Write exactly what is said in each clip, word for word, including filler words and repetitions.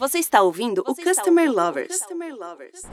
Você está ouvindo Você o Customer ouvindo Lovers. O Customer Lovers.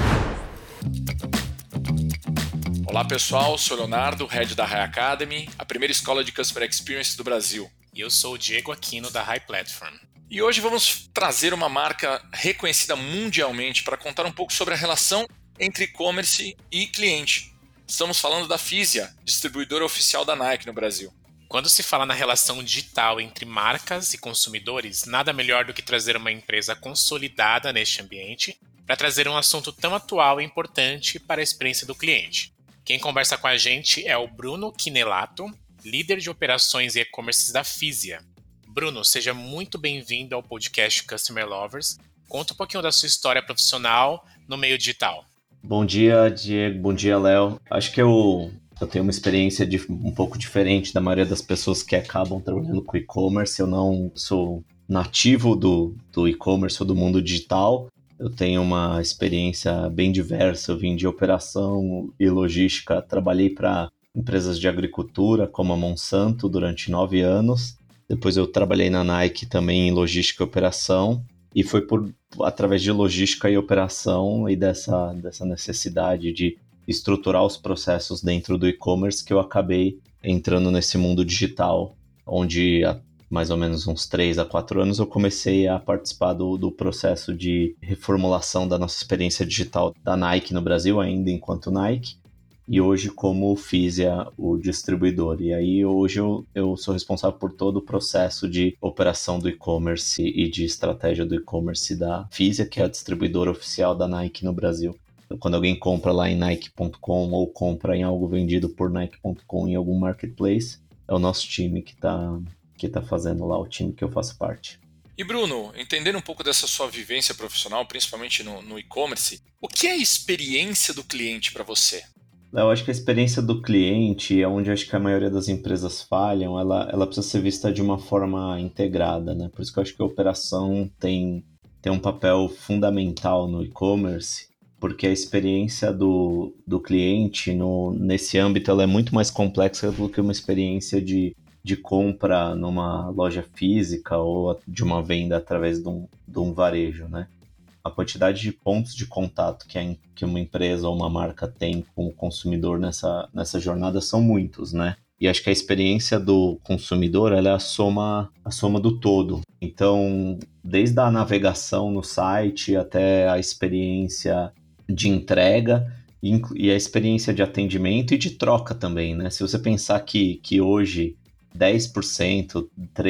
Olá pessoal, sou o Leonardo, Head da High Academy, a primeira escola de Customer Experience do Brasil. E eu sou o Diego Aquino da High Platform. E hoje vamos trazer uma marca reconhecida mundialmente para contar um pouco sobre a relação entre e-commerce e cliente. Estamos falando da Fisia, distribuidora oficial da Nike no Brasil. Quando se fala na relação digital entre marcas e consumidores, nada melhor do que trazer uma empresa consolidada neste ambiente para trazer um assunto tão atual e importante para a experiência do cliente. Quem conversa com a gente é o Bruno Quinelato, líder de operações e e-commerce da Fisia. Bruno, seja muito bem-vindo ao podcast Customer Lovers. Conta um pouquinho da sua história profissional no meio digital. Bom dia, Diego. Bom dia, Léo. Acho que eu... Eu tenho uma experiência de, um pouco diferente da maioria das pessoas que acabam trabalhando com e-commerce. Eu não sou nativo do, do e-commerce ou do mundo digital. Eu tenho uma experiência bem diversa. Eu vim de operação e logística. Trabalhei para empresas de agricultura, como a Monsanto, durante nove anos. Depois eu trabalhei na Nike também em logística e operação. E foi por, através de logística e operação e dessa, dessa necessidade de estruturar os processos dentro do e-commerce que eu acabei entrando nesse mundo digital, onde há mais ou menos uns três a quatro anos eu comecei a participar do, do processo de reformulação da nossa experiência digital da Nike no Brasil, ainda enquanto Nike, e hoje como Fisia, o distribuidor. E aí hoje eu, eu sou responsável por todo o processo de operação do e-commerce e de estratégia do e-commerce da Fisia, que é a distribuidora oficial da Nike no Brasil. Quando alguém compra lá em Nike ponto com ou compra em algo vendido por Nike ponto com em algum marketplace, é o nosso time que está que tá fazendo lá, o time que eu faço parte. E Bruno, entendendo um pouco dessa sua vivência profissional, principalmente no, no e-commerce, o que é a experiência do cliente para você? Eu acho que a experiência do cliente é onde acho que a maioria das empresas falham, ela, ela precisa ser vista de uma forma integrada, né? Por isso que eu acho que a operação tem, tem um papel fundamental no e-commerce, porque a experiência do, do cliente no, nesse âmbito ela é muito mais complexa do que uma experiência de, de compra numa loja física ou de uma venda através de um, de um varejo, né? A quantidade de pontos de contato que, a, que uma empresa ou uma marca tem com o consumidor nessa, nessa jornada são muitos, né? E acho que a experiência do consumidor ela é a soma, a soma do todo. Então, desde a navegação no site até a experiência de entrega e a experiência de atendimento e de troca também, né? Se você pensar que, que hoje dez por cento,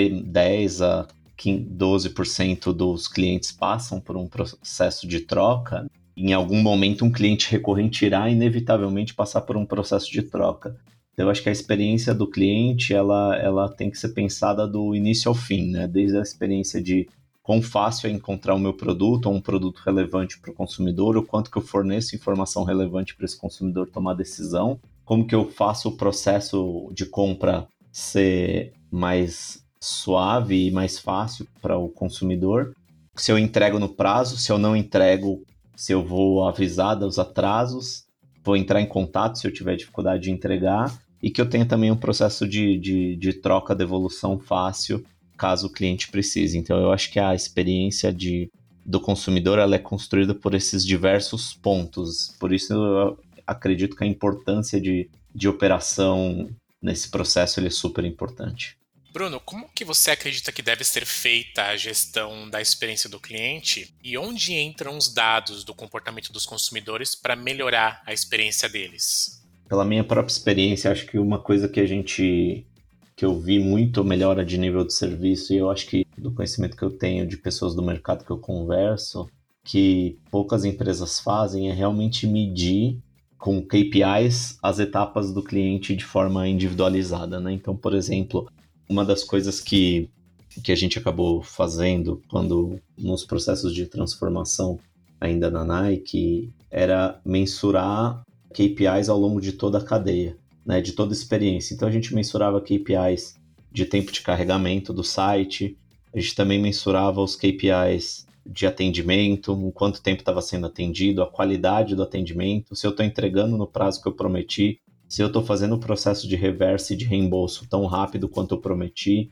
dez a doze por cento dos clientes passam por um processo de troca, em algum momento um cliente recorrente irá inevitavelmente passar por um processo de troca. Então, eu acho que a experiência do cliente ela, ela tem que ser pensada do início ao fim, né? Desde a experiência de quão fácil é encontrar o meu produto ou um produto relevante para o consumidor, o quanto que eu forneço informação relevante para esse consumidor tomar decisão, como que eu faço o processo de compra ser mais suave e mais fácil para o consumidor, se eu entrego no prazo, se eu não entrego, se eu vou avisar dos atrasos, vou entrar em contato se eu tiver dificuldade de entregar, e que eu tenha também um processo de, de, de troca, devolução fácil, caso o cliente precise. Então, eu acho que a experiência de, do consumidor ela é construída por esses diversos pontos. Por isso, eu acredito que a importância de, de operação nesse processo ele é super importante. Bruno, como que você acredita que deve ser feita a gestão da experiência do cliente e onde entram os dados do comportamento dos consumidores para melhorar a experiência deles? Pela minha própria experiência, acho que uma coisa que a gente... que eu vi muito melhora de nível de serviço, e eu acho que do conhecimento que eu tenho de pessoas do mercado que eu converso, que poucas empresas fazem é realmente medir com K P Is as etapas do cliente de forma individualizada, né? Então, por exemplo, uma das coisas que, que a gente acabou fazendo quando nos processos de transformação ainda na Nike era mensurar K P Is ao longo de toda a cadeia, né, de toda a experiência. Então a gente mensurava K P Is de tempo de carregamento do site, a gente também mensurava os K P Is de atendimento, o quanto tempo estava sendo atendido, a qualidade do atendimento, se eu estou entregando no prazo que eu prometi, se eu estou fazendo o processo de reverse e de reembolso tão rápido quanto eu prometi.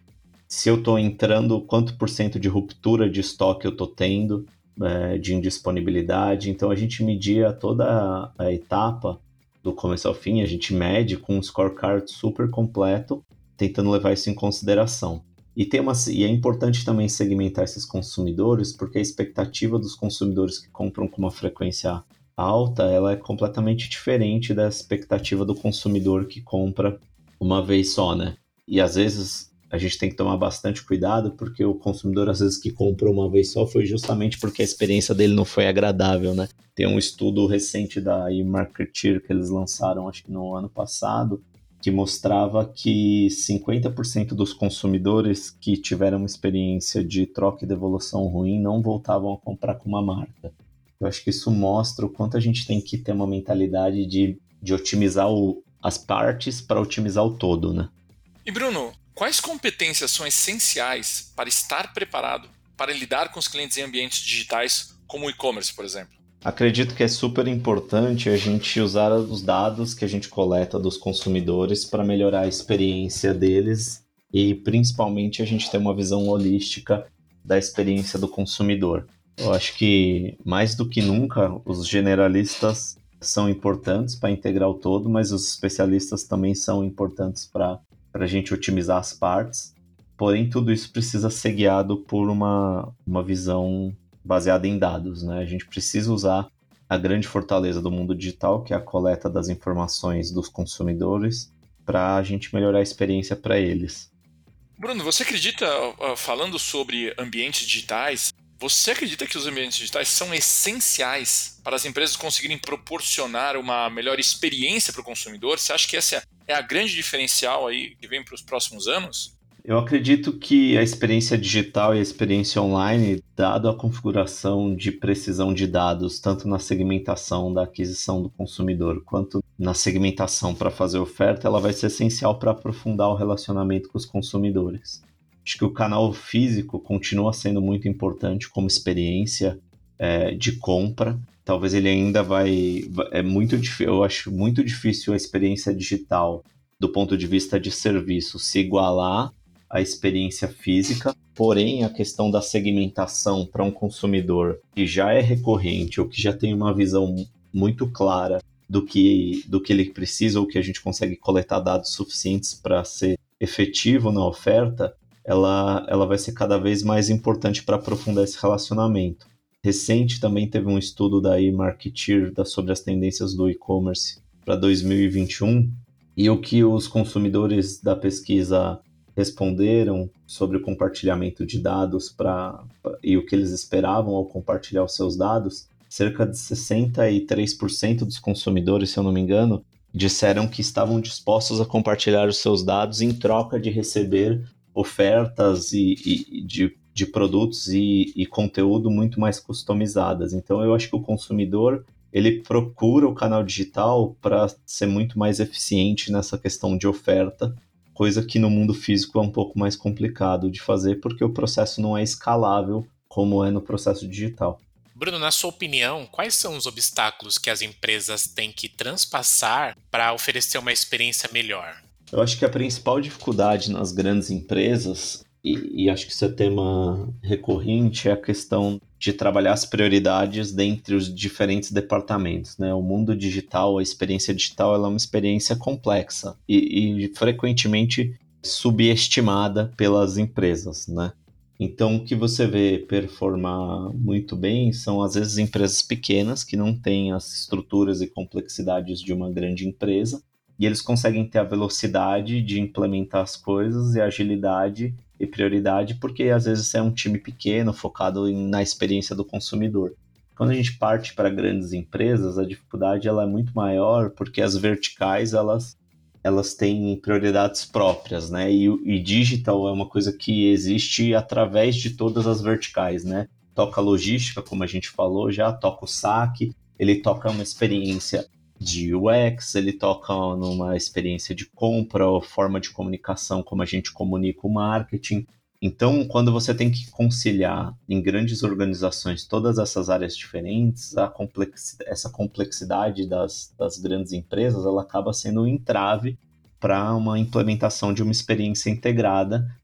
se eu estou entrando, quanto por cento de ruptura de estoque eu estou tendo, é, de indisponibilidade. Então a gente media toda a, a etapa do começo ao fim, a gente mede com um scorecard super completo, tentando levar isso em consideração. E, tem uma, e é importante também segmentar esses consumidores, porque a expectativa dos consumidores que compram com uma frequência alta, ela é completamente diferente da expectativa do consumidor que compra uma vez só, né? E às vezes a gente tem que tomar bastante cuidado, porque o consumidor às vezes que comprou uma vez só foi justamente porque a experiência dele não foi agradável, né? Tem um estudo recente da eMarketer que eles lançaram, acho que no ano passado, que mostrava que cinquenta por cento dos consumidores que tiveram uma experiência de troca e devolução ruim não voltavam a comprar com uma marca. Eu acho que isso mostra o quanto a gente tem que ter uma mentalidade de, de otimizar o, as partes para otimizar o todo, né? E Bruno, quais competências são essenciais para estar preparado para lidar com os clientes em ambientes digitais, como o e-commerce, por exemplo? Acredito que é super importante a gente usar os dados que a gente coleta dos consumidores para melhorar a experiência deles e, principalmente, a gente ter uma visão holística da experiência do consumidor. Eu acho que, mais do que nunca, os generalistas são importantes para integrar o todo, mas os especialistas também são importantes para a gente otimizar as partes. Porém, tudo isso precisa ser guiado por uma, uma visão baseada em dados, né? A gente precisa usar a grande fortaleza do mundo digital, que é a coleta das informações dos consumidores, para a gente melhorar a experiência para eles. Bruno, você acredita, falando sobre ambientes digitais, você acredita que os ambientes digitais são essenciais para as empresas conseguirem proporcionar uma melhor experiência para o consumidor? Você acha que essa é a grande diferencial aí que vem para os próximos anos? Eu acredito que a experiência digital e a experiência online, dado a configuração de precisão de dados, tanto na segmentação da aquisição do consumidor, quanto na segmentação para fazer oferta, ela vai ser essencial para aprofundar o relacionamento com os consumidores. Acho que o canal físico continua sendo muito importante como experiência é, de compra. Talvez ele ainda vai... É muito difícil, eu acho muito difícil a experiência digital, do ponto de vista de serviço, se igualar a experiência física, porém a questão da segmentação para um consumidor que já é recorrente ou que já tem uma visão muito clara do que, do que ele precisa ou que a gente consegue coletar dados suficientes para ser efetivo na oferta, ela, ela vai ser cada vez mais importante para aprofundar esse relacionamento. Recente também teve um estudo da eMarketer sobre as tendências do e-commerce para dois mil e vinte e um, e o que os consumidores da pesquisa responderam sobre o compartilhamento de dados pra, pra, e o que eles esperavam ao compartilhar os seus dados, cerca de sessenta e três por cento dos consumidores, se eu não me engano, disseram que estavam dispostos a compartilhar os seus dados em troca de receber ofertas e, e, de, de produtos e, e conteúdo muito mais customizadas. Então, eu acho que o consumidor ele procura o canal digital para ser muito mais eficiente nessa questão de oferta, coisa que no mundo físico é um pouco mais complicado de fazer, porque o processo não é escalável como é no processo digital. Bruno, na sua opinião, quais são os obstáculos que as empresas têm que transpassar para oferecer uma experiência melhor? Eu acho que a principal dificuldade nas grandes empresas, e, e acho que isso é tema recorrente, é a questão de trabalhar as prioridades dentre os diferentes departamentos, né? O mundo digital, a experiência digital, ela é uma experiência complexa e, e frequentemente subestimada pelas empresas, né? Então, o que você vê performar muito bem são, às vezes, empresas pequenas que não têm as estruturas e complexidades de uma grande empresa, e eles conseguem ter a velocidade de implementar as coisas e a agilidade e prioridade, porque às vezes é um time pequeno focado em, na experiência do consumidor. Quando a gente parte para grandes empresas, a dificuldade ela é muito maior, porque as verticais elas, elas têm prioridades próprias, né? E, e digital é uma coisa que existe através de todas as verticais, né? Toca logística, como a gente falou já, toca o saque, ele toca uma experiência de U X, ele toca numa experiência de compra, ou forma de comunicação, como a gente comunica o marketing. Então, quando você tem que conciliar em grandes organizações todas essas áreas diferentes, a complexidade, essa complexidade das, das grandes empresas, ela acaba sendo um entrave para uma implementação de uma experiência integrada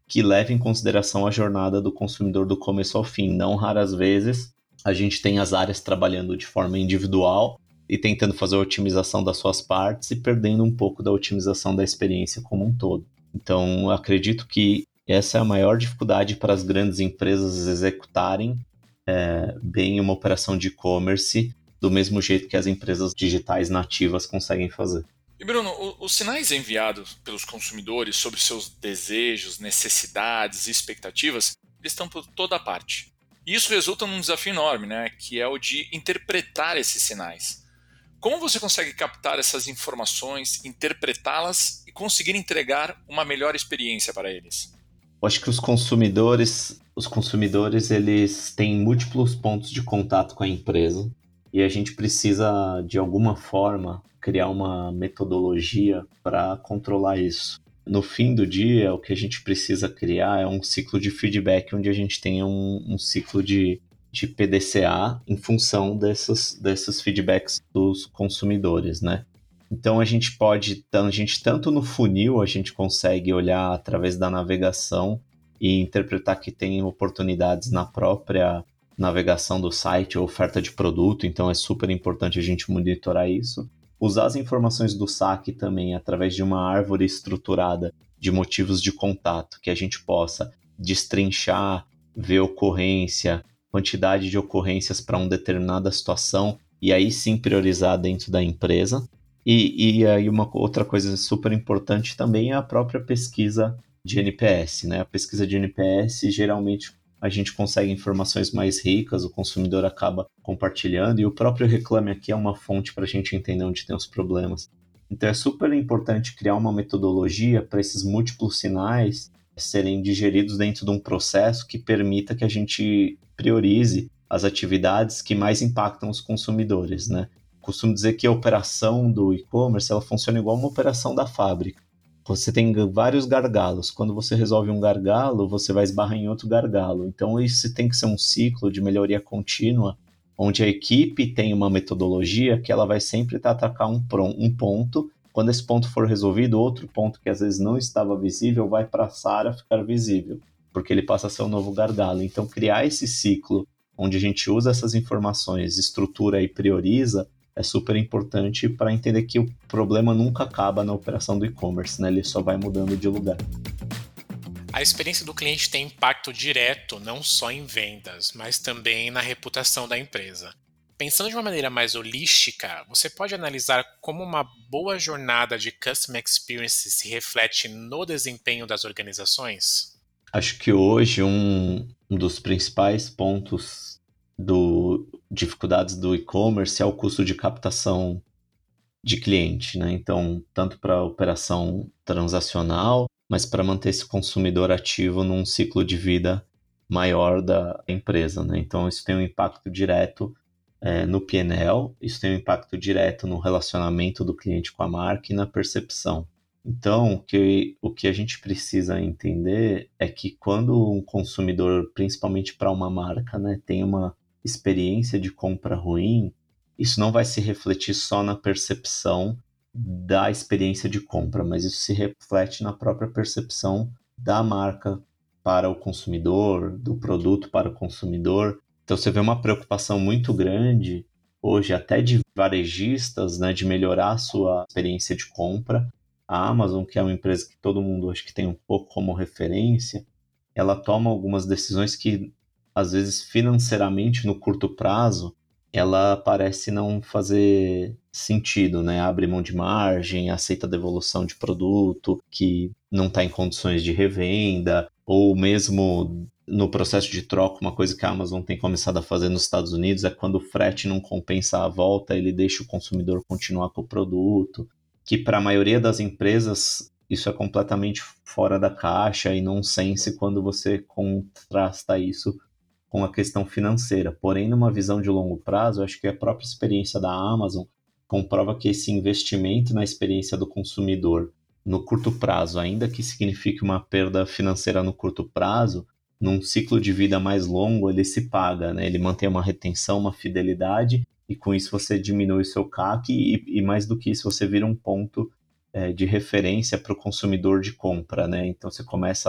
que leve em consideração a jornada do consumidor do começo ao fim. Não raras vezes a gente tem as áreas trabalhando de forma individual e tentando fazer a otimização das suas partes e perdendo um pouco da otimização da experiência como um todo. Então, acredito que essa é a maior dificuldade para as grandes empresas executarem é, bem uma operação de e-commerce do mesmo jeito que as empresas digitais nativas conseguem fazer. E Bruno, os sinais enviados pelos consumidores sobre seus desejos, necessidades e expectativas, eles estão por toda parte. E isso resulta num desafio enorme, né, que é o de interpretar esses sinais. Como você consegue captar essas informações, interpretá-las e conseguir entregar uma melhor experiência para eles? Eu acho que os consumidores, os consumidores eles têm múltiplos pontos de contato com a empresa e a gente precisa, de alguma forma, criar uma metodologia para controlar isso. No fim do dia, o que a gente precisa criar é um ciclo de feedback onde a gente tenha um, um ciclo de, de P D C A em função desses, desses feedbacks dos consumidores, né? Então a gente pode, a gente tanto no funil a gente consegue olhar através da navegação e interpretar que tem oportunidades na própria navegação do site ou oferta de produto, então é super importante a gente monitorar isso. Usar as informações do saque também através de uma árvore estruturada de motivos de contato, que a gente possa destrinchar, ver ocorrência, quantidade de ocorrências para uma determinada situação e aí sim priorizar dentro da empresa. E, e aí uma outra coisa super importante também é a própria pesquisa de N P S, né? A pesquisa de N P S, geralmente a gente consegue informações mais ricas, o consumidor acaba compartilhando e o próprio Reclame Aqui é uma fonte para a gente entender onde tem os problemas. Então é super importante criar uma metodologia para esses múltiplos sinais serem digeridos dentro de um processo que permita que a gente priorize as atividades que mais impactam os consumidores, né? Costumo dizer que a operação do e-commerce ela funciona igual uma operação da fábrica. Você tem vários gargalos. Quando você resolve um gargalo, você vai esbarrar em outro gargalo. Então, isso tem que ser um ciclo de melhoria contínua, onde a equipe tem uma metodologia que ela vai sempre atacar um, um ponto. Quando esse ponto for resolvido, outro ponto que às vezes não estava visível vai passar a ficar visível, porque ele passa a ser um novo gargalo. Então, criar esse ciclo, onde a gente usa essas informações, estrutura e prioriza, é super importante para entender que o problema nunca acaba na operação do e-commerce, né? Ele só vai mudando de lugar. A experiência do cliente tem impacto direto não só em vendas, mas também na reputação da empresa. Pensando de uma maneira mais holística, você pode analisar como uma boa jornada de Customer Experience se reflete no desempenho das organizações? Acho que hoje um, um dos principais pontos do dificuldades do e-commerce é o custo de captação de cliente, né? Então, tanto para a operação transacional, mas para manter esse consumidor ativo num ciclo de vida maior da empresa, né? Então, isso tem um impacto direto é, no P and L, isso tem um impacto direto no relacionamento do cliente com a marca e na percepção. Então, o que, o que a gente precisa entender é que quando um consumidor, principalmente para uma marca, né, tem uma experiência de compra ruim, isso não vai se refletir só na percepção da experiência de compra, mas isso se reflete na própria percepção da marca para o consumidor, do produto para o consumidor. Então você vê uma preocupação muito grande hoje até de varejistas, né, de melhorar a sua experiência de compra. A Amazon, que é uma empresa que todo mundo acho que tem um pouco como referência, ela toma algumas decisões que às vezes financeiramente no curto prazo ela parece não fazer sentido, né? Abre mão de margem, aceita devolução de produto que não está em condições de revenda, ou mesmo no processo de troca, uma coisa que a Amazon tem começado a fazer nos Estados Unidos é quando o frete não compensa a volta, ele deixa o consumidor continuar com o produto, que para a maioria das empresas isso é completamente fora da caixa e nonsense quando você contrasta isso com a questão financeira. Porém, numa visão de longo prazo, eu acho que a própria experiência da Amazon comprova que esse investimento na experiência do consumidor no curto prazo, ainda que signifique uma perda financeira no curto prazo, num ciclo de vida mais longo, ele se paga, né? Ele mantém uma retenção, uma fidelidade, e com isso você diminui o seu C A C e, e mais do que isso, você vira um ponto é, de referência para o consumidor de compra, né? Então você começa a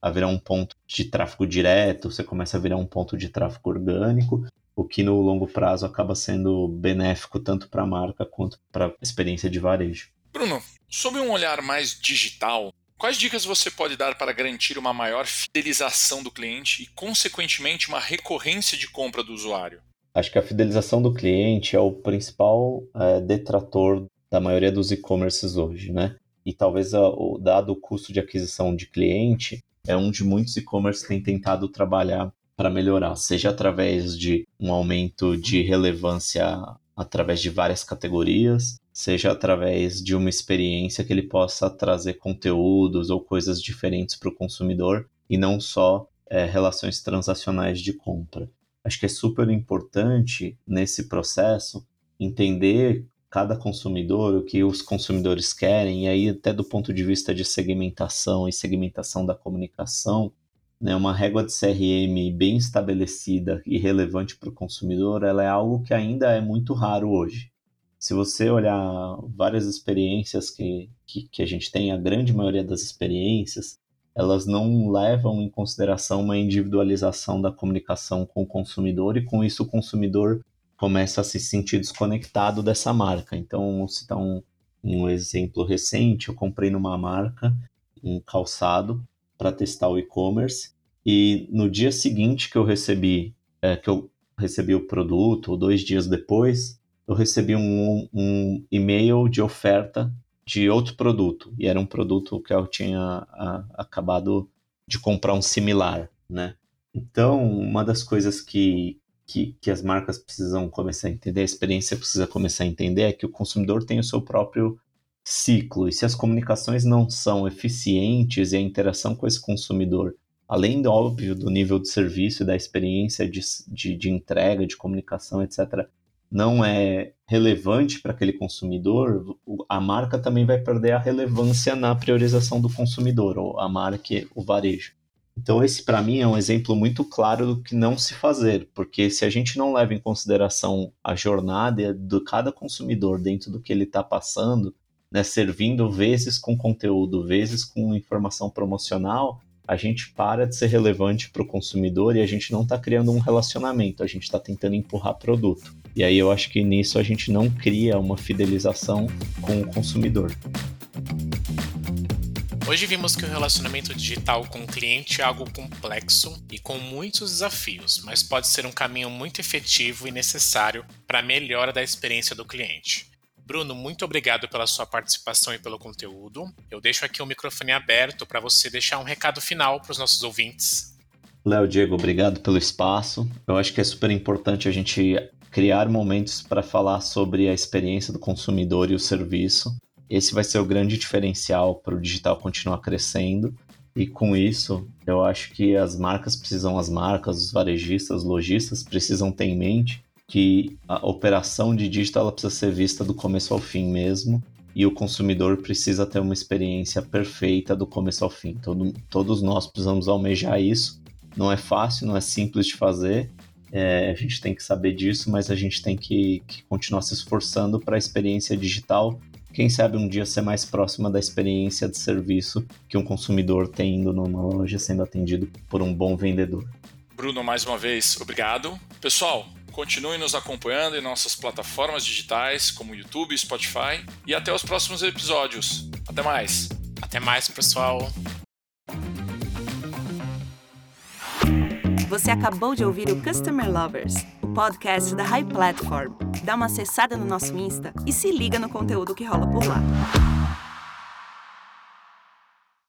a virar um ponto de tráfego direto, você começa a virar um ponto de tráfego orgânico, o que no longo prazo acaba sendo benéfico tanto para a marca quanto para a experiência de varejo. Bruno, sob um olhar mais digital, quais dicas você pode dar para garantir uma maior fidelização do cliente e, consequentemente, uma recorrência de compra do usuário? Acho que a fidelização do cliente é o principal é, detrator da maioria dos e-commerces hoje, né? E talvez a, o dado custo de aquisição de cliente é onde muitos e-commerces têm tentado trabalhar para melhorar, seja através de um aumento de relevância através de várias categorias, seja através de uma experiência que ele possa trazer conteúdos ou coisas diferentes para o consumidor e não só é, relações transacionais de compra. Acho que é super importante nesse processo entender cada consumidor, o que os consumidores querem, e aí até do ponto de vista de segmentação e segmentação da comunicação, né, uma régua de C R M bem estabelecida e relevante para o consumidor, ela é algo que ainda é muito raro hoje. Se você olhar várias experiências que, que, que a gente tem, a grande maioria das experiências, elas não levam em consideração uma individualização da comunicação com o consumidor e com isso o consumidor começa a se sentir desconectado dessa marca. Então, vou citar um, um exemplo recente, eu comprei numa marca um calçado para testar o e-commerce e no dia seguinte que eu recebi, é, que eu recebi o produto, ou dois dias depois, eu recebi um, um e-mail de oferta de outro produto, e era um produto que eu tinha a, acabado de comprar um similar, né? Então, uma das coisas que, que, que as marcas precisam começar a entender, a experiência precisa começar a entender, é que o consumidor tem o seu próprio ciclo, e se as comunicações não são eficientes e a interação com esse consumidor, além, do óbvio, do nível de serviço e da experiência de, de, de entrega, de comunicação, etcétera, não é relevante para aquele consumidor, a marca também vai perder a relevância na priorização do consumidor, ou a marca e o varejo. Então esse para mim é um exemplo muito claro do que não se fazer, porque se a gente não leva em consideração a jornada de cada consumidor dentro do que ele está passando, né, servindo vezes com conteúdo, vezes com informação promocional, a gente para de ser relevante para o consumidor e a gente não está criando um relacionamento, a gente está tentando empurrar produto. E aí eu acho que nisso a gente não cria uma fidelização com o consumidor. Hoje vimos que o relacionamento digital com o cliente é algo complexo e com muitos desafios, mas pode ser um caminho muito efetivo e necessário para a melhora da experiência do cliente. Bruno, muito obrigado pela sua participação e pelo conteúdo. Eu deixo aqui o microfone aberto para você deixar um recado final para os nossos ouvintes. Léo, Diego, obrigado pelo espaço. Eu acho que é super importante a gente criar momentos para falar sobre a experiência do consumidor e o serviço. Esse vai ser o grande diferencial para o digital continuar crescendo. E com isso, eu acho que as marcas precisam, as marcas, os varejistas, os lojistas precisam ter em mente que a operação de digital ela precisa ser vista do começo ao fim mesmo, e o consumidor precisa ter uma experiência perfeita do começo ao fim. Todo, todos nós precisamos almejar isso. Não é fácil, não é simples de fazer, é, a gente tem que saber disso, mas a gente tem que, que continuar se esforçando para a experiência digital, quem sabe um dia ser mais próxima da experiência de serviço que um consumidor tem indo numa loja sendo atendido por um bom vendedor. Bruno, mais uma vez, obrigado. Pessoal, continue nos acompanhando em nossas plataformas digitais, como YouTube e Spotify, e até os próximos episódios. Até mais! Até mais, pessoal! Você acabou de ouvir o Customer Lovers, o podcast da High Platform. Dá uma acessada no nosso Insta e se liga no conteúdo que rola por lá.